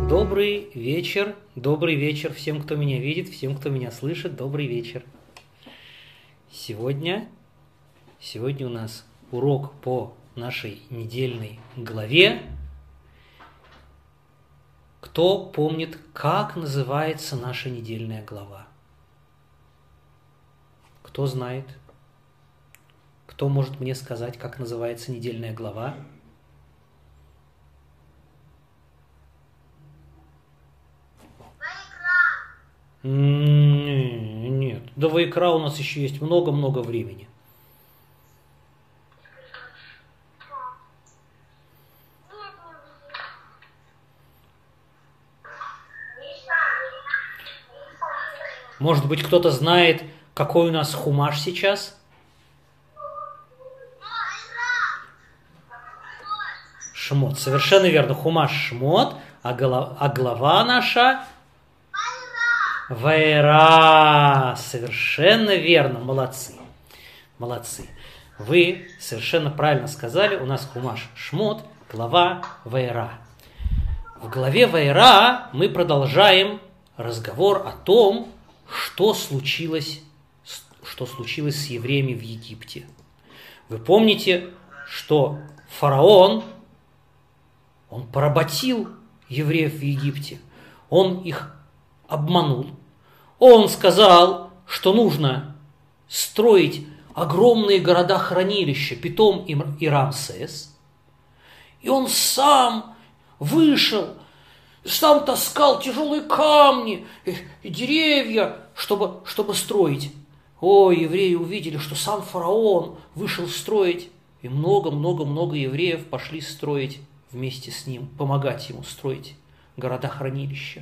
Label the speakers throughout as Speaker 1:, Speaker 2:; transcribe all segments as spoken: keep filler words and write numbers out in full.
Speaker 1: Добрый вечер, добрый вечер всем, кто меня видит, всем, кто меня слышит, добрый вечер. Сегодня, сегодня у нас урок по нашей недельной главе. Кто помнит, как называется наша недельная глава? Кто знает? Кто может мне сказать, как называется недельная глава? Нет, до Ваикра у нас еще есть много-много времени. Может быть, кто-то знает, какой у нас хумаш сейчас? Шмот. Совершенно верно. Хумаш Шмот, а, голова, а глава наша Ваера. Совершенно верно. Молодцы. Молодцы. Вы совершенно правильно сказали. У нас хумаш Шмот, глава Ваера. В главе Ваера мы продолжаем разговор о том, что случилось, что случилось с евреями в Египте. Вы помните, что фараон, он поработил евреев в Египте, он их обманул. Он сказал, что нужно строить огромные города-хранилища Питом и Рамсес. И он сам вышел, сам таскал тяжелые камни и, и деревья, чтобы, чтобы строить. О, евреи увидели, что сам фараон вышел строить, и много-много-много евреев пошли строить вместе с ним, помогать ему строить города-хранилища.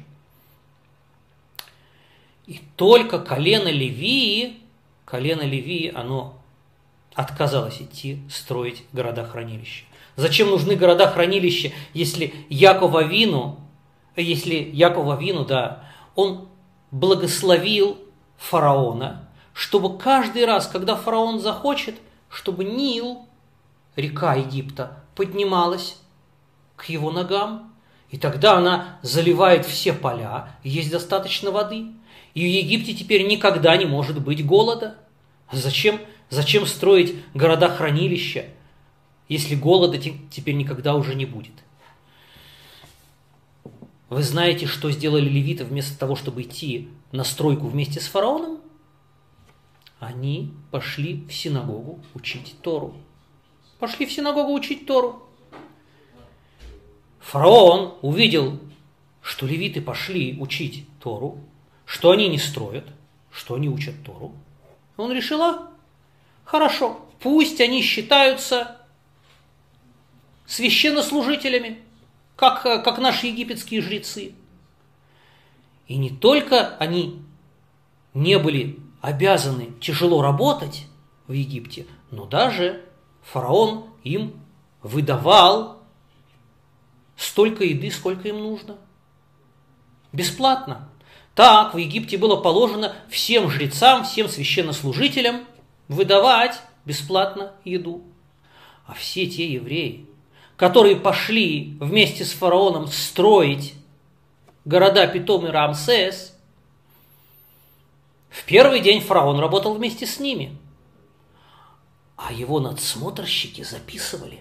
Speaker 1: И только колено Левии, колено Левии, оно отказалось идти строить города-хранилища. Зачем нужны города-хранилища, если Яков Авину, если Яков Авину, да, он благословил фараона, чтобы каждый раз, когда фараон захочет, чтобы Нил, река Египта, поднималась к его ногам, и тогда она заливает все поля, есть достаточно воды, и в Египте теперь никогда не может быть голода. Зачем, зачем строить города-хранилища, если голода теперь никогда уже не будет? Вы знаете, что сделали левиты вместо того, чтобы идти на стройку вместе с фараоном? Они пошли в синагогу учить Тору. Пошли в синагогу учить Тору. Фараон увидел, что левиты пошли учить Тору, что они не строят, что они учат Тору. Он решил, а, хорошо, пусть они считаются священнослужителями, как, как наши египетские жрецы. И не только они не были обязаны тяжело работать в Египте, но даже фараон им выдавал столько еды, сколько им нужно. Бесплатно. Так в Египте было положено всем жрецам, всем священнослужителям выдавать бесплатно еду. А все те евреи, которые пошли вместе с фараоном строить города Питом и Рамсес, в первый день фараон работал вместе с ними, а его надсмотрщики записывали,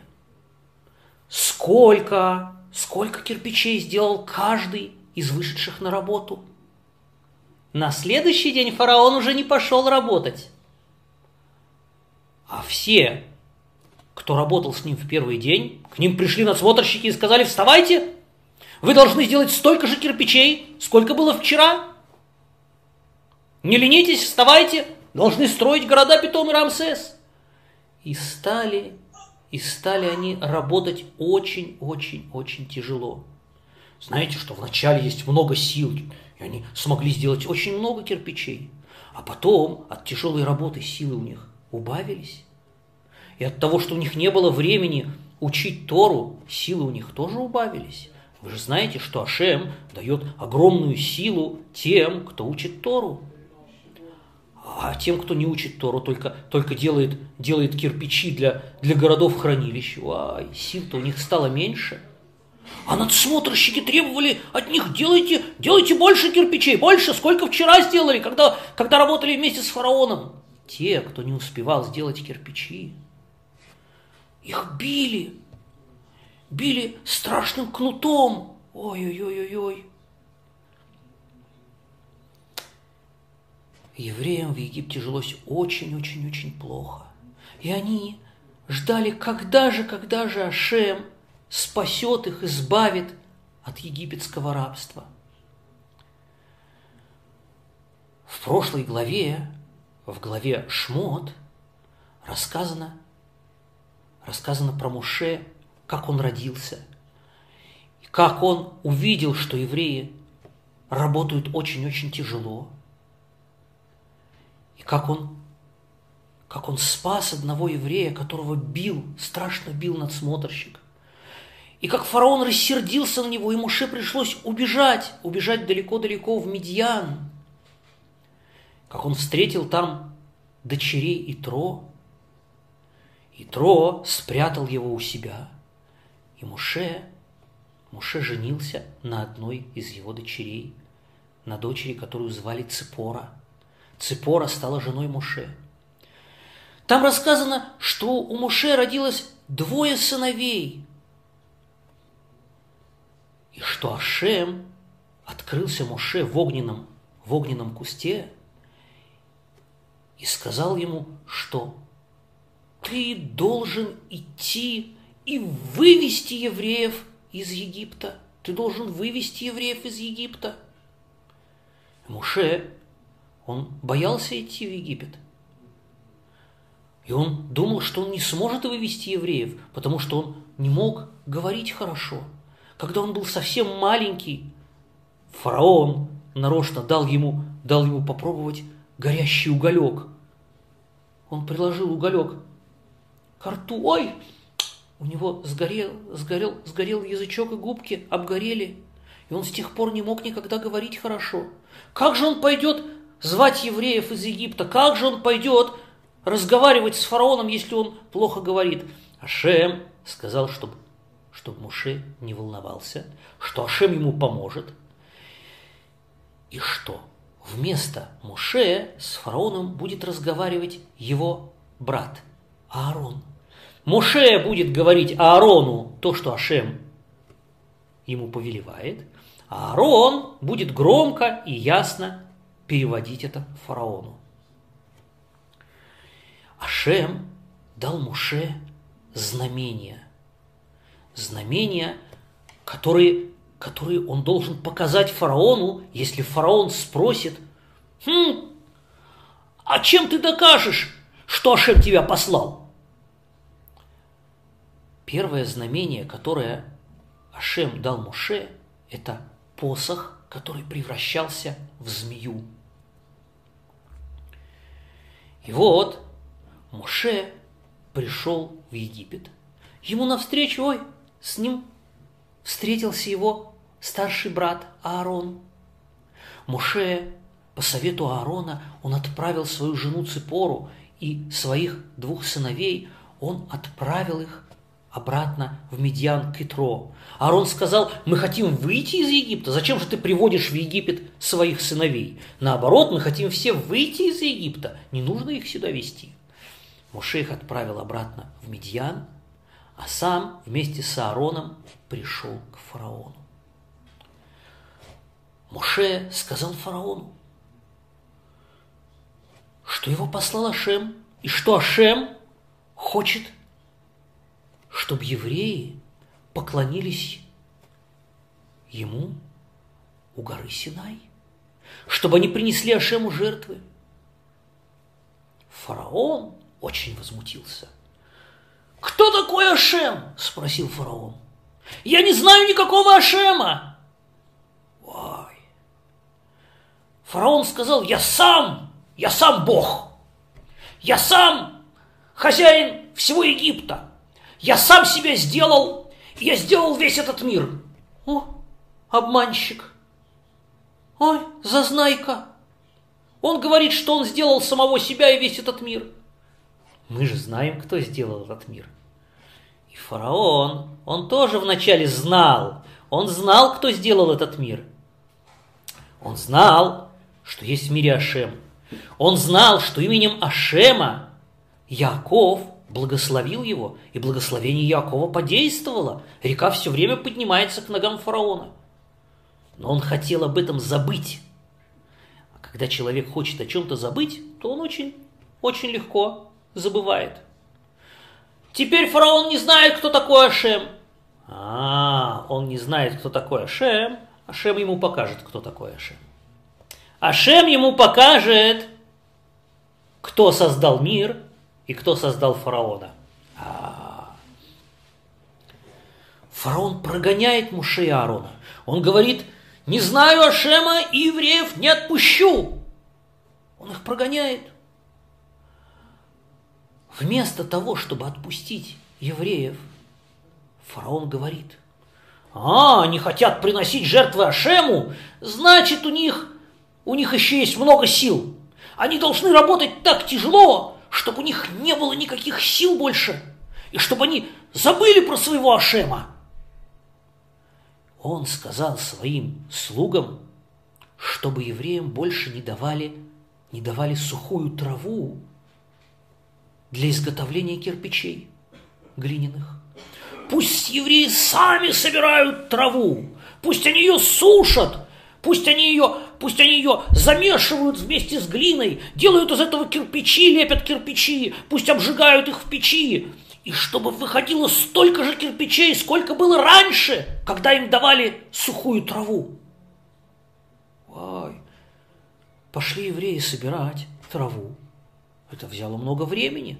Speaker 1: сколько, сколько кирпичей сделал каждый из вышедших на работу. На следующий день фараон уже не пошел работать, а все, кто работал с ним в первый день, к ним пришли надсмотрщики и сказали: вставайте, вы должны сделать столько же кирпичей, сколько было вчера. Не ленитесь, вставайте, должны строить города Питом и Рамсес. И стали, и стали они работать очень-очень-очень тяжело. Знаете, что вначале есть много сил, и они смогли сделать очень много кирпичей, а потом от тяжелой работы силы у них убавились. И от того, что у них не было времени учить Тору, силы у них тоже убавились. Вы же знаете, что Ашем дает огромную силу тем, кто учит Тору. А тем, кто не учит Тору, только, только делает, делает кирпичи для, для городов-хранилищ, ай, сил-то у них стало меньше. А надсмотрщики требовали от них: делайте, делайте больше кирпичей, больше, сколько вчера сделали, когда, когда работали вместе с фараоном. Те, кто не успевал сделать кирпичи, их били, били страшным кнутом. Ой-ой-ой-ой-ой. Евреям в Египте жилось очень-очень-очень плохо. И они ждали, когда же, когда же Ашем спасет их, избавит от египетского рабства. В прошлой главе, в главе Шмот, рассказано, рассказано про Моше, как он родился, и как он увидел, что евреи работают очень-очень тяжело, и как он, как он спас одного еврея, которого бил, страшно бил надсмотрщик. И как фараон рассердился на него, и Моше пришлось убежать, убежать далеко-далеко в Мидьян. Как он встретил там дочерей Итро. Итро спрятал его у себя, и Моше, Моше женился на одной из его дочерей, на дочери, которую звали Ципора. Ципора стала женой Моше. Там рассказано, что у Моше родилось двое сыновей, и что Ашем открылся Моше в огненном, в огненном кусте и сказал ему, что ты должен идти и вывести евреев из Египта. Ты должен вывести евреев из Египта. Моше, он боялся идти в Египет. И он думал, что он не сможет вывести евреев, потому что он не мог говорить хорошо. Когда он был совсем маленький, фараон нарочно дал ему, дал ему попробовать горящий уголек. Он приложил уголек к рту. Ой! У него сгорел, сгорел, сгорел язычок, и губки обгорели. И он с тех пор не мог никогда говорить хорошо. Как же он пойдет звать евреев из Египта? Как же он пойдет разговаривать с фараоном, если он плохо говорит? Ашем сказал, чтобы чтобы Моше не волновался, что Ашем ему поможет, и что вместо Моше с фараоном будет разговаривать его брат Аарон. Моше будет говорить Аарону то, что Ашем ему повелевает, а Аарон будет громко и ясно переводить это фараону. Ашем дал Моше знамения. Знамения, которые, которые он должен показать фараону, если фараон спросит: «Хм, а чем ты докажешь, что Ашем тебя послал?» Первое знамение, которое Ашем дал Моше, это посох, который превращался в змею. И вот Моше пришел в Египет. Ему навстречу, ой, с ним встретился его старший брат Аарон. Моше, по совету Аарона, он отправил свою жену Ципору и своих двух сыновей, он отправил их обратно в Мидьян к Итро. Аарон сказал: мы хотим выйти из Египта, зачем же ты приводишь в Египет своих сыновей? Наоборот, мы хотим все выйти из Египта, не нужно их сюда везти. Моше их отправил обратно в Мидьян, а сам вместе с Аароном пришел к фараону. Моше сказал фараону, что его послал Ашем, и что Ашем хочет, чтобы евреи поклонились ему у горы Синай, чтобы они принесли Ашему жертвы. Фараон очень возмутился. «Кто такой Ашем?» – спросил фараон. «Я не знаю никакого Ашема!» Ой. Фараон сказал: «Я сам, я сам Бог! Я сам хозяин всего Египта! Я сам себя сделал, и я сделал весь этот мир!» О, обманщик! Ой, зазнайка! Он говорит, что он сделал самого себя и весь этот мир. Мы же знаем, кто сделал этот мир. И фараон, он тоже вначале знал, он знал, кто сделал этот мир. Он знал, что есть в мире Ашем. Он знал, что именем Ашема Яаков благословил его, и благословение Яакова подействовало. Река все время поднимается к ногам фараона. Но он хотел об этом забыть. А когда человек хочет о чем-то забыть, то он очень, очень легко забывает. Теперь фараон не знает, кто такой Ашем. А, он не знает, кто такой Ашем. Ашем ему покажет, кто такой Ашем. Ашем ему покажет, кто создал мир и кто создал фараона. А-а-а. Фараон прогоняет Моше и Аарона. Он говорит: не знаю Ашема и евреев не отпущу. Он их прогоняет. Вместо того, чтобы отпустить евреев, фараон говорит: а, они хотят приносить жертвы Ашему, значит, у них, у них еще есть много сил. Они должны работать так тяжело, чтобы у них не было никаких сил больше, и чтобы они забыли про своего Ашема. Он сказал своим слугам, чтобы евреям больше не давали, не давали сухую траву для изготовления кирпичей глиняных. Пусть евреи сами собирают траву, пусть они ее сушат, пусть они ее, пусть они ее замешивают вместе с глиной, делают из этого кирпичи, лепят кирпичи, пусть обжигают их в печи. И чтобы выходило столько же кирпичей, сколько было раньше, когда им давали сухую траву. Ой, пошли евреи собирать траву. Это взяло много времени.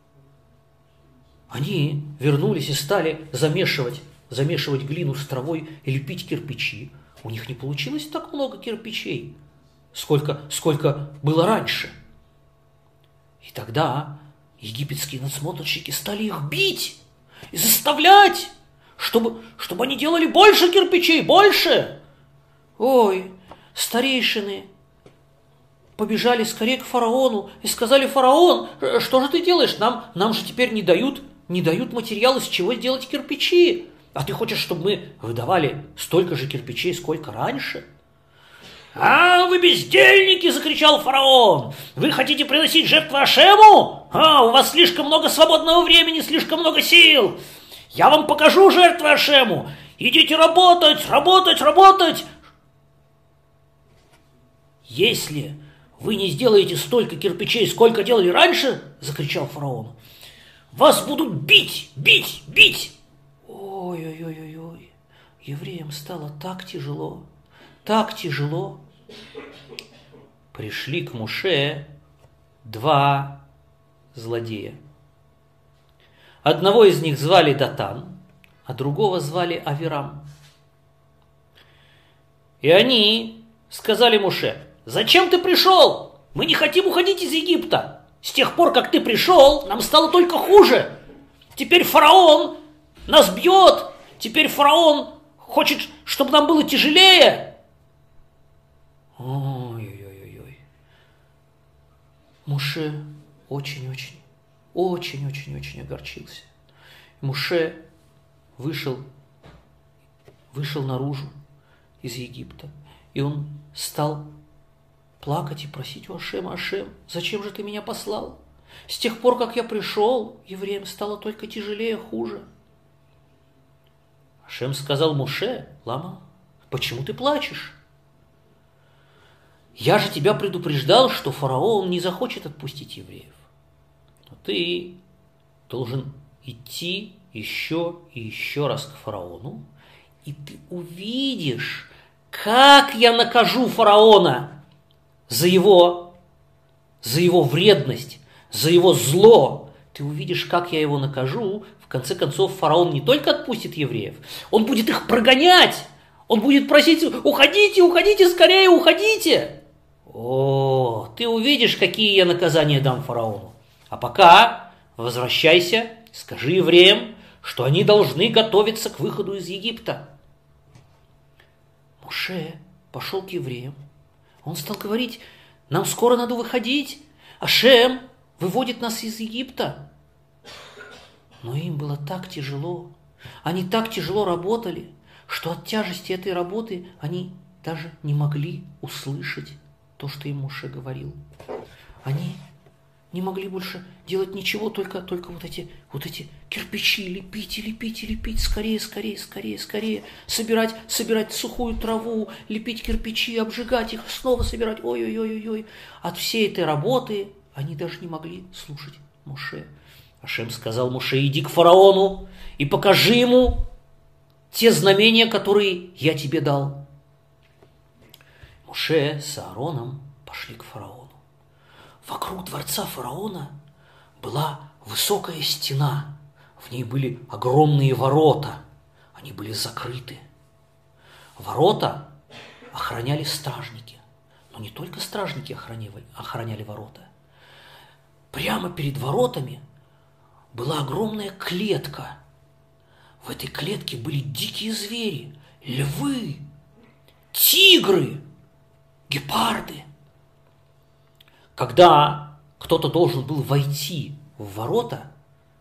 Speaker 1: Они вернулись и стали замешивать, замешивать глину с травой и лепить кирпичи. У них не получилось так много кирпичей, сколько, сколько было раньше. И тогда египетские надсмотрщики стали их бить и заставлять, чтобы, чтобы они делали больше кирпичей, больше. Ой, старейшины побежали скорее к фараону и сказали: фараон, что же ты делаешь? Нам, нам же теперь не дают, не дают материал, из чего сделать кирпичи. А ты хочешь, чтобы мы выдавали столько же кирпичей, сколько раньше? «А, вы бездельники!» – закричал фараон. «Вы хотите приносить жертву Ашему? А, у вас слишком много свободного времени, слишком много сил. Я вам покажу жертву Ашему. Идите работать, работать, работать!» «Если вы не сделаете столько кирпичей, сколько делали раньше, – закричал фараон, – вас будут бить, бить, бить!» Ой-ой-ой-ой-ой, евреям стало так тяжело, так тяжело. Пришли к Моше два злодея. Одного из них звали Датан, а другого звали Авирам. И они сказали Моше: «Зачем ты пришел? Мы не хотим уходить из Египта. С тех пор, как ты пришел, нам стало только хуже. Теперь фараон нас бьет. Теперь фараон хочет, чтобы нам было тяжелее». Ой-ой-ой-ой. Моше очень-очень, очень-очень-очень огорчился. Моше вышел, вышел наружу из Египта, и он стал плакать и просить у Ашема: «Ашем, зачем же ты меня послал? С тех пор, как я пришел, евреям стало только тяжелее, хуже». Ашем сказал Моше: «Лама, почему ты плачешь? Я же тебя предупреждал, что фараон не захочет отпустить евреев. Но ты должен идти еще и еще раз к фараону, и ты увидишь, как я накажу фараона за его, за его вредность, за его зло. Ты увидишь, как я его накажу. В конце концов, фараон не только отпустит евреев, он будет их прогонять, он будет просить: уходите, уходите скорее, уходите». О, ты увидишь, какие я наказания дам фараону. А пока возвращайся, скажи евреям, что они должны готовиться к выходу из Египта. Моше пошел к евреям. Он стал говорить: нам скоро надо выходить. Ашем выводит нас из Египта. Но им было так тяжело, они так тяжело работали, что от тяжести этой работы они даже не могли услышать то, что им Моше говорил. Они не могли больше делать ничего, только, только вот, эти, вот эти кирпичи лепить и лепить и лепить, скорее, скорее, скорее, скорее, собирать, собирать сухую траву, лепить кирпичи, обжигать их, снова собирать, ой-ой-ой-ой. От всей этой работы они даже не могли слушать Моше. Ашем сказал Моше: иди к фараону и покажи ему те знамения, которые я тебе дал. Моше с Аароном пошли к фараону. Вокруг дворца фараона была высокая стена, в ней были огромные ворота, они были закрыты. Ворота охраняли стражники, но не только стражники охраняли, охраняли ворота. Прямо перед воротами была огромная клетка. В этой клетке были дикие звери, львы, тигры, гепарды. Когда кто-то должен был войти в ворота,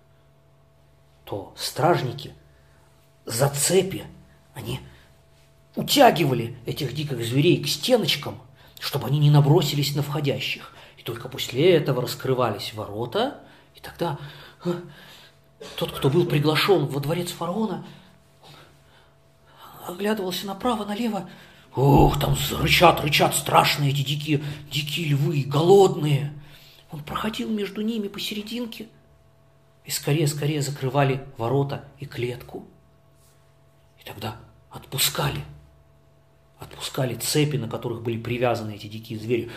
Speaker 1: то стражники за цепи, они утягивали этих диких зверей к стеночкам, чтобы они не набросились на входящих. И только после этого раскрывались ворота, и тогда тот, кто был приглашен во дворец фараона, оглядывался направо, налево. Ух, там рычат, рычат страшные эти дикие, дикие львы, голодные. Он проходил между ними посерединке, и скорее-скорее закрывали ворота и клетку. И тогда отпускали, отпускали цепи, на которых были привязаны эти дикие звери.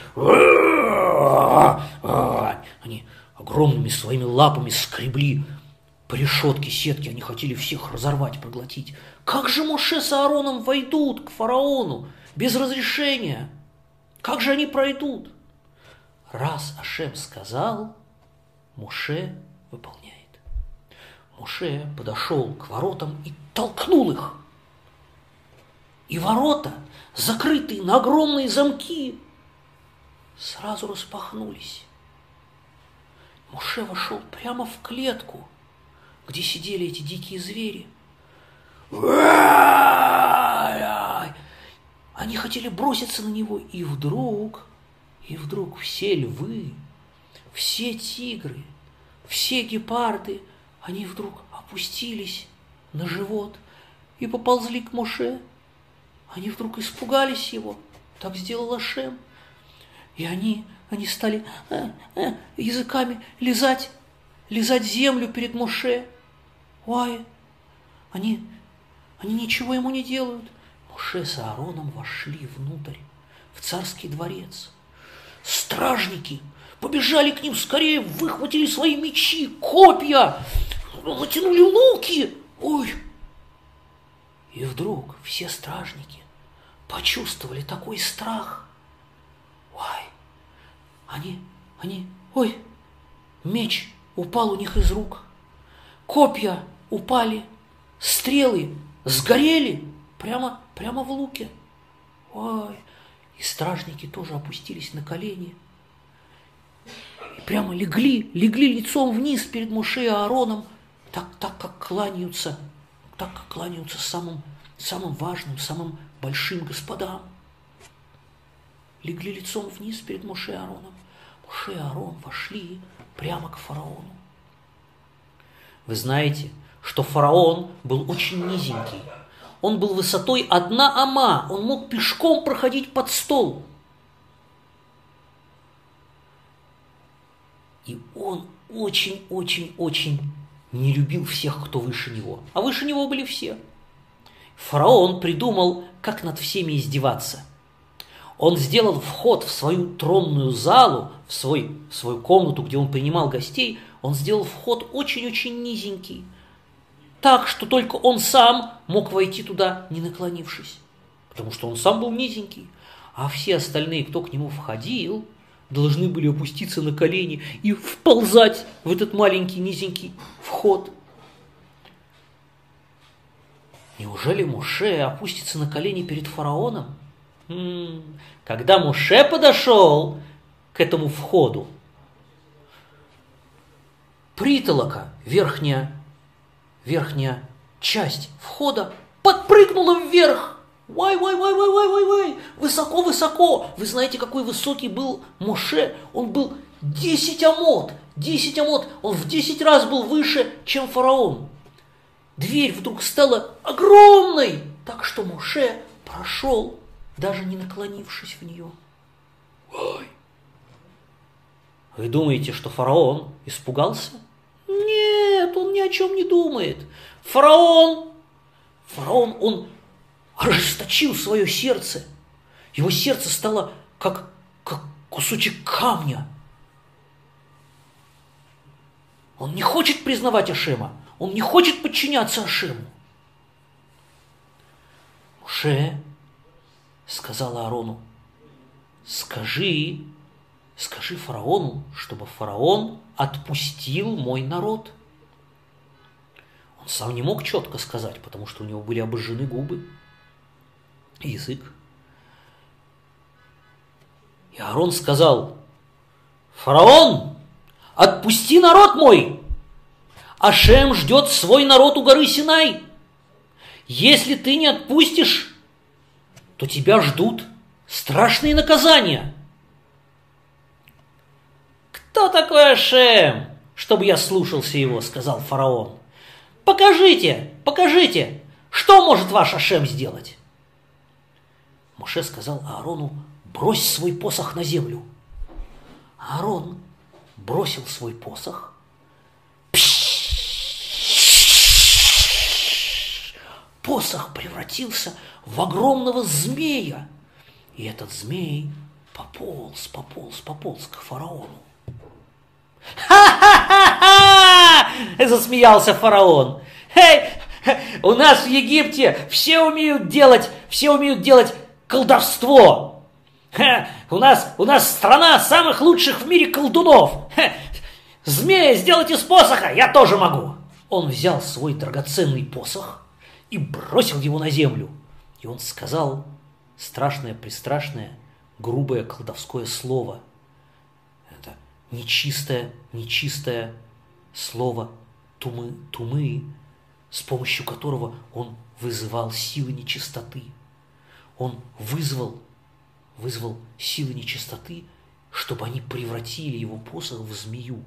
Speaker 1: Они огромными своими лапами скребли по решетке сетки, они хотели всех разорвать, проглотить. Как же Моше с Аароном войдут к фараону без разрешения? Как же они пройдут? Раз Ашем сказал, Моше выполняет. Моше подошел к воротам и толкнул их. И ворота, закрытые на огромные замки, сразу распахнулись. Моше вошел прямо в клетку, где сидели эти дикие звери. Они хотели броситься на него, и вдруг, и вдруг все львы, все тигры, все гепарды, они вдруг опустились на живот и поползли к Моше. Они вдруг испугались его, так сделал Ашем. И они, они стали э, э, языками лизать, лизать землю перед Моше. Ой, они, они ничего ему не делают. Моше с Аароном вошли внутрь, в царский дворец. Стражники побежали к ним скорее, выхватили свои мечи, копья, натянули луки. Ой! И вдруг все стражники почувствовали такой страх. Ой! Они, они, ой! Меч упал у них из рук. Копья упали, стрелы сгорели прямо, прямо в луке. Ой! И стражники тоже опустились на колени. И прямо легли, легли лицом вниз перед Моше и Аароном, так, так как кланяются, так как кланяются самым, самым важным, самым большим господам. Легли лицом вниз перед Моше и Аароном. Моше и Аарон вошли прямо к фараону. Вы знаете, что фараон был очень низенький. Он был высотой одна ама, он мог пешком проходить под стол. И он очень-очень-очень не любил всех, кто выше него. А выше него были все. Фараон придумал, как над всеми издеваться. Он сделал вход в свою тронную залу, в, свой, в свою комнату, где он принимал гостей, он сделал вход очень-очень низенький. Так, что только он сам мог войти туда, не наклонившись. Потому что он сам был низенький. А все остальные, кто к нему входил, должны были опуститься на колени и вползать в этот маленький низенький вход. Неужели Моше опустится на колени перед фараоном? М-м-м. Когда Моше подошел к этому входу, притолока верхняя верхняя часть входа подпрыгнула вверх. Вай, вай, вай, вай, вай, вай, вай, высоко, высоко. Вы знаете, какой высокий был Моше? Он был десять амот, десять амот. Он в десять раз был выше, чем фараон. Дверь вдруг стала огромной, так что Моше прошел, даже не наклонившись в нее. Ой. Вы думаете, что фараон испугался? Нет, он ни о чем не думает. Фараон, фараон, он ожесточил свое сердце. Его сердце стало как, как кусочек камня. Он не хочет признавать Ашема. Он не хочет подчиняться Ашему. Моше сказал Аарону: скажи, скажи фараону, чтобы фараон отпустил мой народ. Он сам не мог четко сказать, потому что у него были обожжены губы и язык. И Аарон сказал: фараон, отпусти народ мой! Ашем ждет свой народ у горы Синай. Если ты не отпустишь, то тебя ждут страшные наказания. Кто такой Ашем, чтобы я слушался его, сказал фараон. Покажите, покажите, что может ваш Ашем сделать? Моше сказал Аарону: брось свой посох на землю. Аарон бросил свой посох. Посох превратился в огромного змея. И этот змей пополз, пополз, пополз к фараону. «Ха-ха-ха-ха!» – засмеялся фараон. «Эй, у нас в Египте все умеют делать, все умеют делать колдовство. Ха, у нас, у нас страна самых лучших в мире колдунов. Ха, змея сделать из посоха я тоже могу». Он взял свой драгоценный посох и бросил его на землю. И он сказал страшное-престрашное, грубое колдовское слово. Это нечистое, нечистое слово тумы, тумы, с помощью которого он вызывал силы нечистоты. Он вызвал, вызвал силы нечистоты, чтобы они превратили его посох в змею.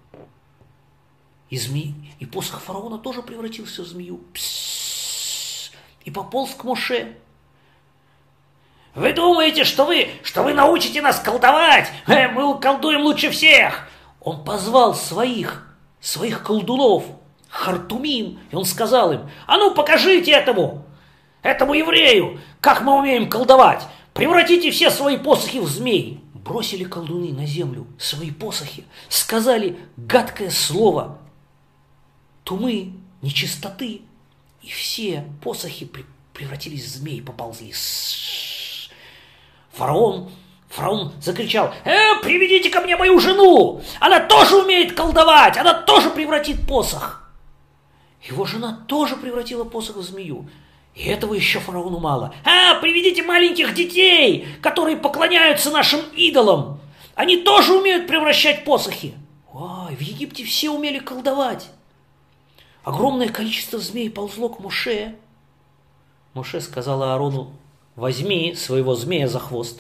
Speaker 1: И, зме... и посох фараона тоже превратился в змею. Пс-с-с! И пополз к Моше. «Вы думаете, что вы, что вы научите нас колдовать? Э, мы колдуем лучше всех!» Он позвал своих, своих колдунов, Хартумим, и он сказал им: «А ну покажите этому, этому еврею, как мы умеем колдовать! Превратите все свои посохи в змей!» Бросили колдуны на землю свои посохи, сказали гадкое слово тумы, нечистоты, и все посохи превратились в змей, поползли. Фараон, фараон закричал: «Э, приведите ко мне мою жену! Она тоже умеет колдовать! Она тоже превратит посох!» Его жена тоже превратила посох в змею. И этого еще фараону мало. «А, приведите маленьких детей, которые поклоняются нашим идолам! Они тоже умеют превращать посохи!» Ой, в Египте все умели колдовать. Огромное количество змей ползло к Моше. Моше сказал Аарону: возьми своего змея за хвост.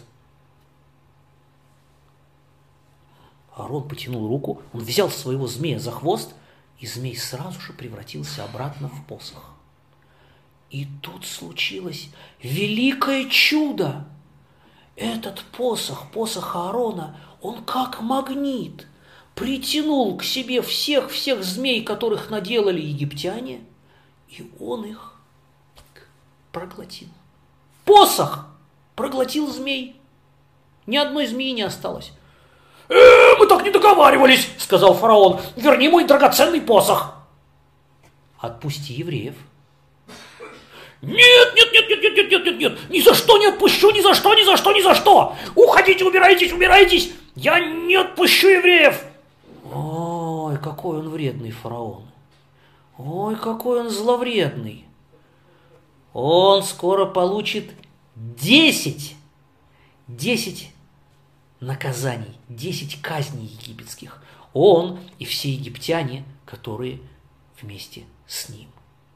Speaker 1: Аарон потянул руку, он взял своего змея за хвост, и змей сразу же превратился обратно в посох. И тут случилось великое чудо. Этот посох, посох Аарона, он как магнит притянул к себе всех-всех змей, которых наделали египтяне, и он их проглотил. Посох проглотил змей. Ни одной змеи не осталось. «Э, мы так не договаривались», — сказал фараон. «Верни мой драгоценный посох». «Отпусти евреев». «Нет, нет, нет, нет, нет, нет, нет, нет, нет, ни за что не отпущу, ни за что, ни за что, ни за что! Уходите, убирайтесь, убирайтесь! Я не отпущу евреев!» Ой, какой он вредный фараон! Ой, какой он зловредный! Он скоро получит десять, десять наказаний, десять казней египетских. Он и все египтяне, которые вместе с ним.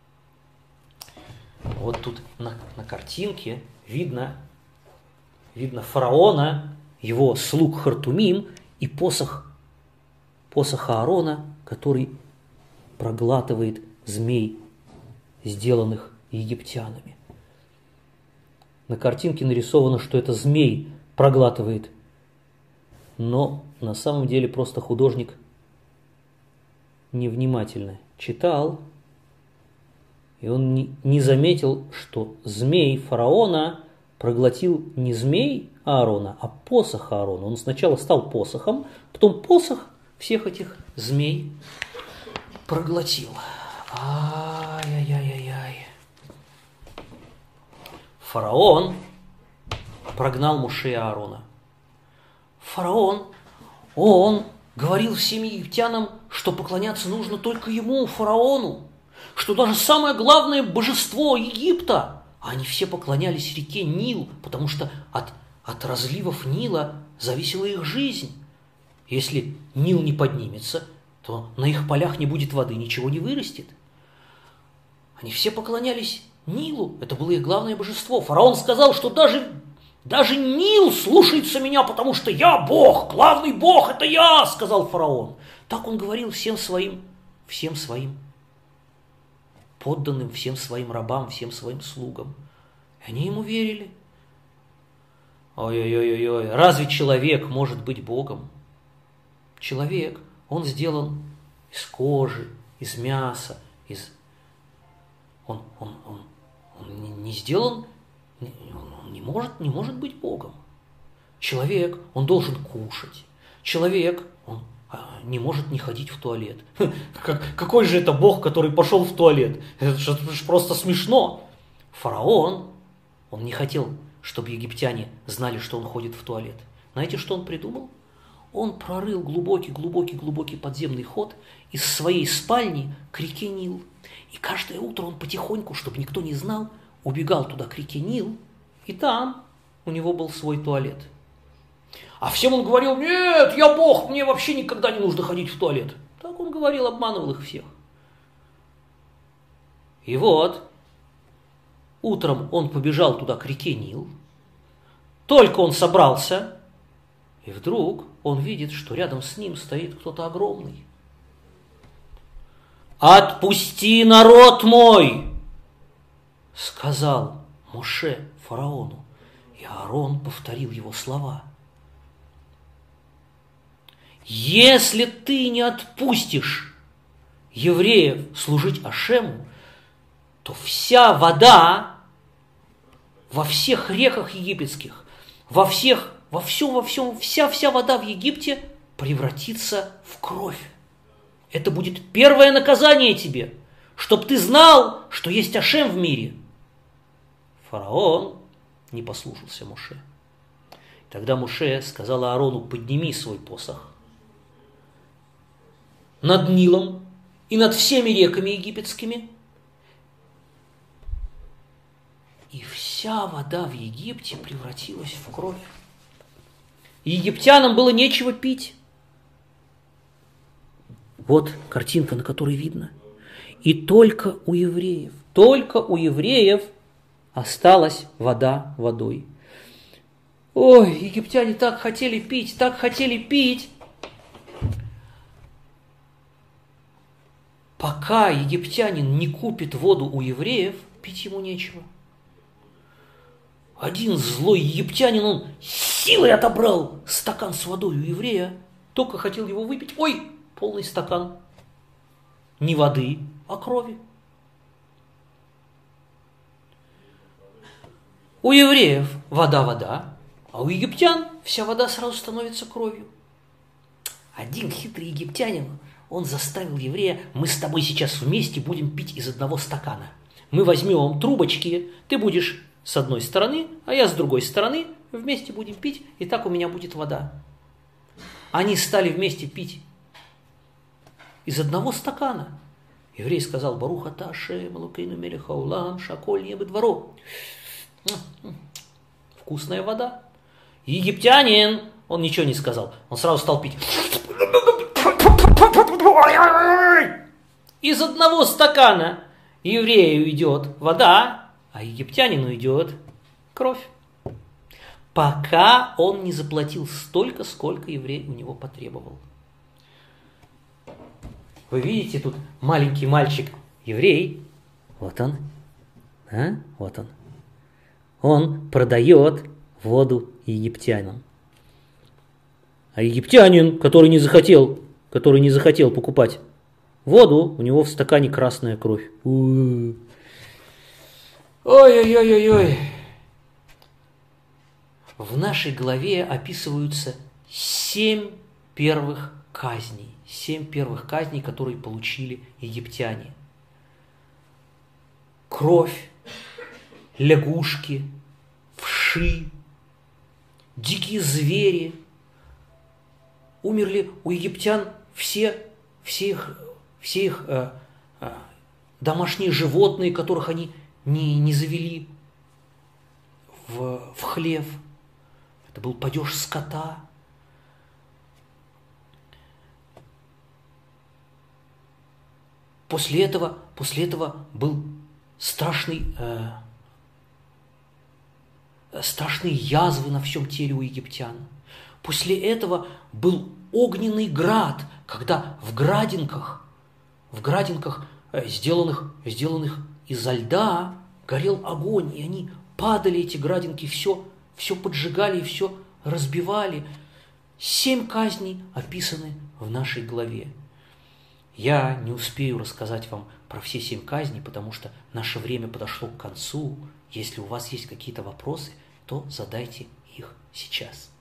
Speaker 1: Вот тут на, на картинке видно, видно фараона, его слуг Хартумим и посох, посох Аарона, который проглатывает змей, сделанных египтянами. На картинке нарисовано, что это змей проглатывает, но на самом деле просто художник невнимательно читал, и он не, не заметил, что змей фараона проглотил не змей Аарона, а посох Аарона. Он сначала стал посохом, потом посох всех этих змей проглотил. Ай-яй-яй-яй-яй. Фараон прогнал Моше и Аарона. Фараон, он говорил всем египтянам, что поклоняться нужно только ему, фараону, что даже самое главное божество Египта, они все поклонялись реке Нил, потому что от, от разливов Нила зависела их жизнь. Если Нил не поднимется, то на их полях не будет воды, ничего не вырастет. Они все поклонялись Нилу, это было их главное божество. Фараон сказал, что даже, даже Нил слушается меня, потому что я Бог, главный Бог, это я, сказал фараон. Так он говорил всем своим, всем своим подданным, всем своим рабам, всем своим слугам. И они ему верили. Ой-ой-ой-ой, разве человек может быть Богом? Человек, он сделан из кожи, из мяса, из... Он, он, он, он не сделан, он не может, не может быть Богом. Человек, он должен кушать. Человек, он не может не ходить в туалет. Какой же это Бог, который пошел в туалет? Это же просто смешно. Фараон, он не хотел, чтобы египтяне знали, что он ходит в туалет. Знаете, что он придумал? Он прорыл глубокий-глубокий-глубокий подземный ход из своей спальни к реке Нил. И каждое утро он потихоньку, чтобы никто не знал, убегал туда к реке Нил, и там у него был свой туалет. А всем он говорил: нет, я Бог, мне вообще никогда не нужно ходить в туалет. Так он говорил, обманывал их всех. И вот, утром он побежал туда к реке Нил, только он собрался, и вдруг он видит, что рядом с ним стоит кто-то огромный. «Отпусти народ мой!» — сказал Моше фараону, и Аарон повторил его слова. «Если ты не отпустишь евреев служить Ашему, то вся вода во всех реках египетских, во всех, во всем, во всем, вся-вся вода в Египте превратится в кровь. Это будет первое наказание тебе, чтоб ты знал, что есть Ашем в мире». Фараон не послушался Моше. Тогда Моше сказал Аарону: подними свой посох над Нилом и над всеми реками египетскими, и вся вода в Египте превратилась в кровь. Египтянам было нечего пить. Вот картинка, на которой видно. И только у евреев, только у евреев осталась вода водой. Ой, египтяне так хотели пить, так хотели пить. Пока египтянин не купит воду у евреев, пить ему нечего. Один злой египтянин, он силой отобрал стакан с водой у еврея, только хотел его выпить. Ой, полный стакан не воды, а крови. У евреев вода-вода, а у египтян вся вода сразу становится кровью. Один хитрый египтянин, он заставил еврея: мы с тобой сейчас вместе будем пить из одного стакана. Мы возьмем трубочки, ты будешь с одной стороны, а я с другой стороны, вместе будем пить, и так у меня будет вода. Они стали вместе пить из одного стакана. Еврей сказал: Барух ата Ашем Элокейну мелех хаолам шаколь небе дворо. Вкусная вода. Египтянин, он ничего не сказал, он сразу стал пить. из одного стакана еврею идет вода, а египтянину идет кровь. Пока он не заплатил столько, сколько еврей у него потребовал. Вы видите, тут маленький мальчик еврей. Вот он. А? Вот он. Он продает воду египтянам. А египтянин, который не захотел, который не захотел покупать воду, у него в стакане красная кровь. Ой-ой-ой-ой-ой. В нашей главе описываются семь первых казней. Семь первых казней, которые получили египтяне. Кровь, лягушки, вши, дикие звери. Умерли у египтян все, все их, все их э, э, домашние животные, которых они не, не завели в, в хлев. Это был падеж скота. После этого, после этого был страшный, э, страшные язвы на всем теле у египтян. После этого был огненный град, когда в градинках, в градинках, э, сделанных, сделанных изо льда, горел огонь, и они падали, эти градинки, все, все поджигали и все разбивали. Семь казней описаны в нашей главе. Я не успею рассказать вам про все семь казней, потому что наше время подошло к концу. Если у вас есть какие-то вопросы, то задайте их сейчас.